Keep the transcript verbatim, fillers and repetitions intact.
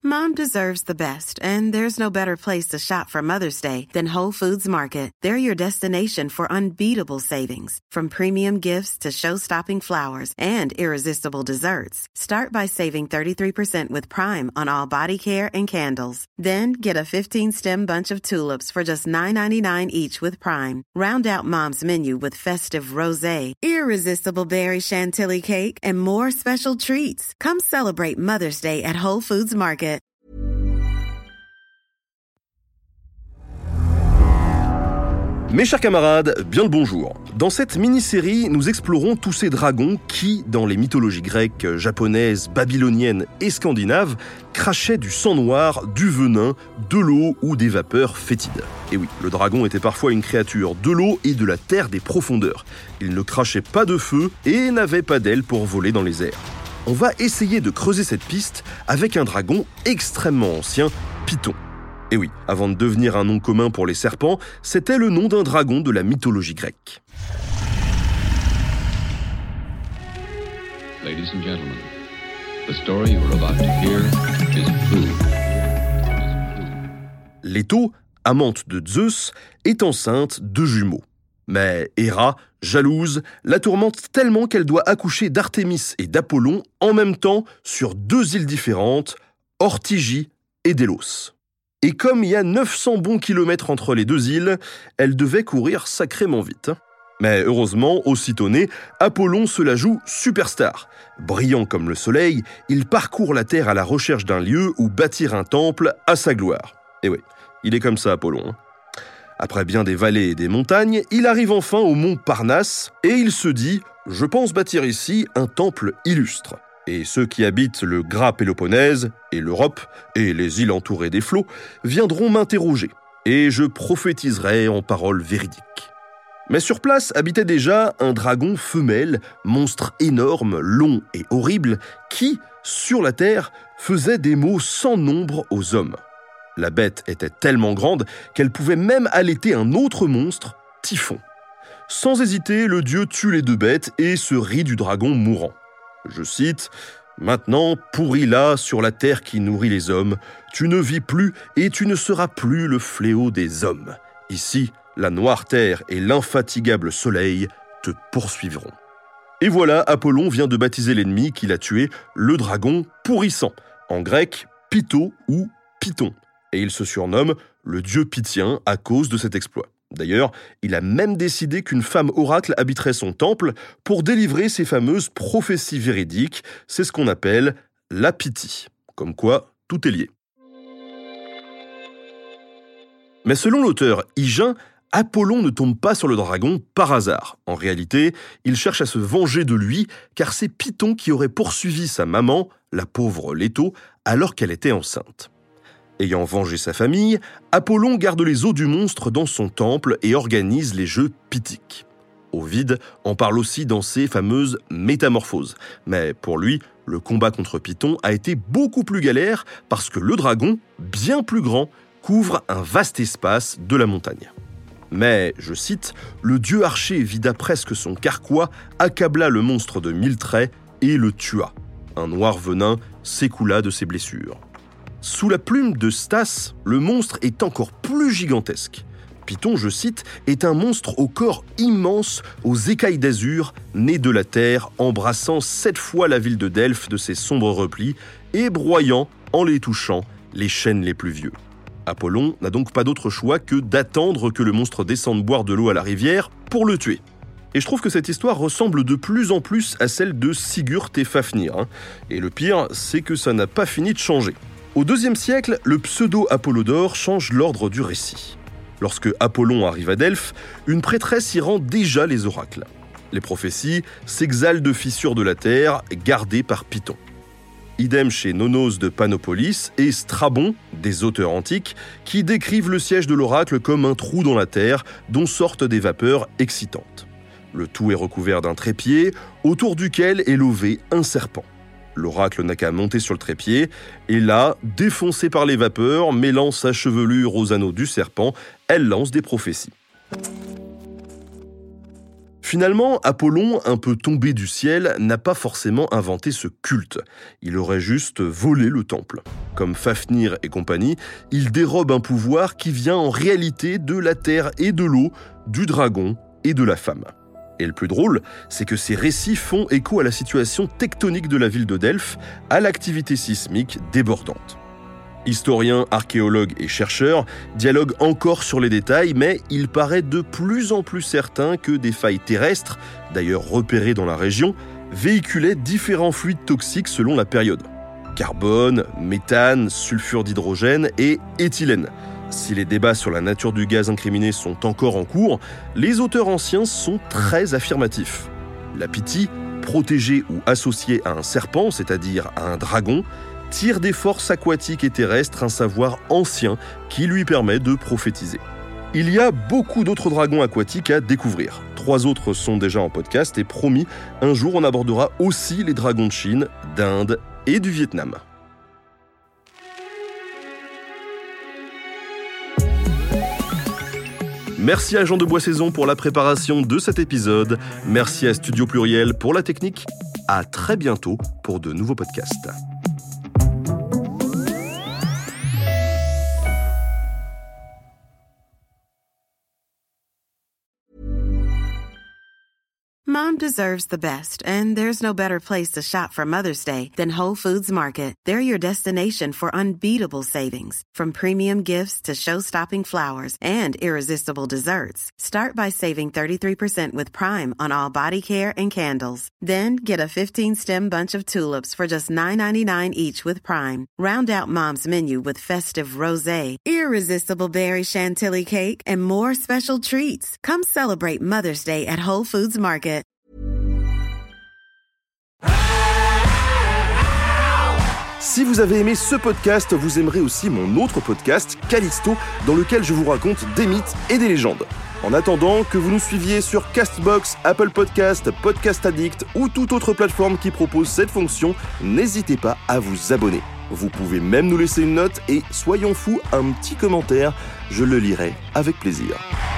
Mom deserves the best, and there's no better place to shop for Mother's Day than Whole Foods Market. They're your destination for unbeatable savings, from premium gifts to show-stopping flowers and irresistible desserts. Start by saving thirty-three percent with Prime on all body care and candles. Then get a fifteen-stem bunch of tulips for just nine ninety-nine each with Prime. Round out Mom's menu with festive rosé, irresistible berry chantilly cake, and more special treats. Come celebrate Mother's Day at Whole Foods Market. Mes chers camarades, bien le bonjour. Dans cette mini-série, nous explorons tous ces dragons qui, dans les mythologies grecques, japonaises, babyloniennes et scandinaves, crachaient du sang noir, du venin, de l'eau ou des vapeurs fétides. Et oui, le dragon était parfois une créature de l'eau et de la terre des profondeurs. Il ne crachait pas de feu et n'avait pas d'ailes pour voler dans les airs. On va essayer de creuser cette piste avec un dragon extrêmement ancien, Python. Et oui, avant de devenir un nom commun pour les serpents, c'était le nom d'un dragon de la mythologie grecque. Ladies and gentlemen, the story you are about to hear is true. Leto, amante de Zeus, est enceinte de jumeaux. Mais Héra, jalouse, la tourmente tellement qu'elle doit accoucher d'Artémis et d'Apollon en même temps sur deux îles différentes, Ortygie et Délos. Et comme il y a neuf cents bons kilomètres entre les deux îles, elle devait courir sacrément vite. Mais heureusement, aussitôt né, Apollon se la joue superstar. Brillant comme le soleil, il parcourt la terre à la recherche d'un lieu où bâtir un temple à sa gloire. Et oui, il est comme ça Apollon. Hein. Après bien des vallées et des montagnes, il arrive enfin au mont Parnasse et il se dit « Je pense bâtir ici un temple illustre ». Et ceux qui habitent le Gras Péloponnèse et l'Europe et les îles entourées des flots viendront m'interroger et je prophétiserai en paroles véridiques. Mais sur place habitait déjà un dragon femelle, monstre énorme, long et horrible, qui, sur la terre, faisait des maux sans nombre aux hommes. La bête était tellement grande qu'elle pouvait même allaiter un autre monstre, Typhon. Sans hésiter, le dieu tue les deux bêtes et se rit du dragon mourant. Je cite « Maintenant, pourris là, sur la terre qui nourrit les hommes, tu ne vis plus et tu ne seras plus le fléau des hommes. Ici, la noire terre et l'infatigable soleil te poursuivront. » Et voilà, Apollon vient de baptiser l'ennemi qu'il a tué, le dragon pourrissant, en grec Pytho ou Python. Et il se surnomme le dieu pythien à cause de cet exploit. D'ailleurs, il a même décidé qu'une femme oracle habiterait son temple pour délivrer ses fameuses prophéties véridiques. C'est ce qu'on appelle la Pythie. Comme quoi, tout est lié. Mais selon l'auteur Hygin, Apollon ne tombe pas sur le dragon par hasard. En réalité, il cherche à se venger de lui, car c'est Python qui aurait poursuivi sa maman, la pauvre Leto, alors qu'elle était enceinte. Ayant vengé sa famille, Apollon garde les os du monstre dans son temple et organise les jeux pythiques. Ovide en parle aussi dans ses fameuses métamorphoses. Mais pour lui, le combat contre Python a été beaucoup plus galère parce que le dragon, bien plus grand, couvre un vaste espace de la montagne. Mais, je cite, « Le dieu archer vida presque son carquois, accabla le monstre de mille traits et le tua. Un noir venin s'écoula de ses blessures. » Sous la plume de Stas, le monstre est encore plus gigantesque. Python, je cite, est un monstre au corps immense, aux écailles d'azur, né de la terre, embrassant sept fois la ville de Delphes de ses sombres replis et broyant, en les touchant, les chênes les plus vieux. Apollon n'a donc pas d'autre choix que d'attendre que le monstre descende boire de l'eau à la rivière pour le tuer. Et je trouve que cette histoire ressemble de plus en plus à celle de Sigurd et Fafnir. Hein. Et le pire, c'est que ça n'a pas fini de changer. Au deuxième siècle, le pseudo-Apollodore change l'ordre du récit. Lorsque Apollon arrive à Delphes, une prêtresse y rend déjà les oracles. Les prophéties s'exhalent de fissures de la terre gardées par Python. Idem chez Nonos de Panopolis et Strabon, des auteurs antiques, qui décrivent le siège de l'oracle comme un trou dans la terre dont sortent des vapeurs excitantes. Le tout est recouvert d'un trépied, autour duquel est lové un serpent. L'oracle n'a qu'à monter sur le trépied, et là, défoncée par les vapeurs, mêlant sa chevelure aux anneaux du serpent, elle lance des prophéties. Finalement, Apollon, un peu tombé du ciel, n'a pas forcément inventé ce culte. Il aurait juste volé le temple. Comme Fafnir et compagnie, il dérobe un pouvoir qui vient en réalité de la terre et de l'eau, du dragon et de la femme. Et le plus drôle, c'est que ces récits font écho à la situation tectonique de la ville de Delphes, à l'activité sismique débordante. Historiens, archéologues et chercheurs dialoguent encore sur les détails, mais il paraît de plus en plus certain que des failles terrestres, d'ailleurs repérées dans la région, véhiculaient différents fluides toxiques selon la période. Carbone, méthane, sulfure d'hydrogène et éthylène. Si les débats sur la nature du gaz incriminé sont encore en cours, les auteurs anciens sont très affirmatifs. La Pythie, protégée ou associée à un serpent, c'est-à-dire à un dragon, tire des forces aquatiques et terrestres un savoir ancien qui lui permet de prophétiser. Il y a beaucoup d'autres dragons aquatiques à découvrir. Trois autres sont déjà en podcast et promis, un jour on abordera aussi les dragons de Chine, d'Inde et du Vietnam. Merci à Jean de Boissaison pour la préparation de cet épisode. Merci à Studio Pluriel pour la technique. À très bientôt pour de nouveaux podcasts. Mom deserves the best, and there's no better place to shop for Mother's Day than Whole Foods Market. They're your destination for unbeatable savings, from premium gifts to show-stopping flowers and irresistible desserts. Start by saving thirty-three percent with Prime on all body care and candles. Then get a fifteen-stem bunch of tulips for just nine ninety-nine each with Prime. Round out Mom's menu with festive rosé, irresistible berry chantilly cake, and more special treats. Come celebrate Mother's Day at Whole Foods Market. Si vous avez aimé ce podcast, vous aimerez aussi mon autre podcast, Callisto, dans lequel je vous raconte des mythes et des légendes. En attendant, que vous nous suiviez sur Castbox, Apple Podcast, Podcast Addict ou toute autre plateforme qui propose cette fonction, n'hésitez pas à vous abonner. Vous pouvez même nous laisser une note et, soyons fous, un petit commentaire, je le lirai avec plaisir.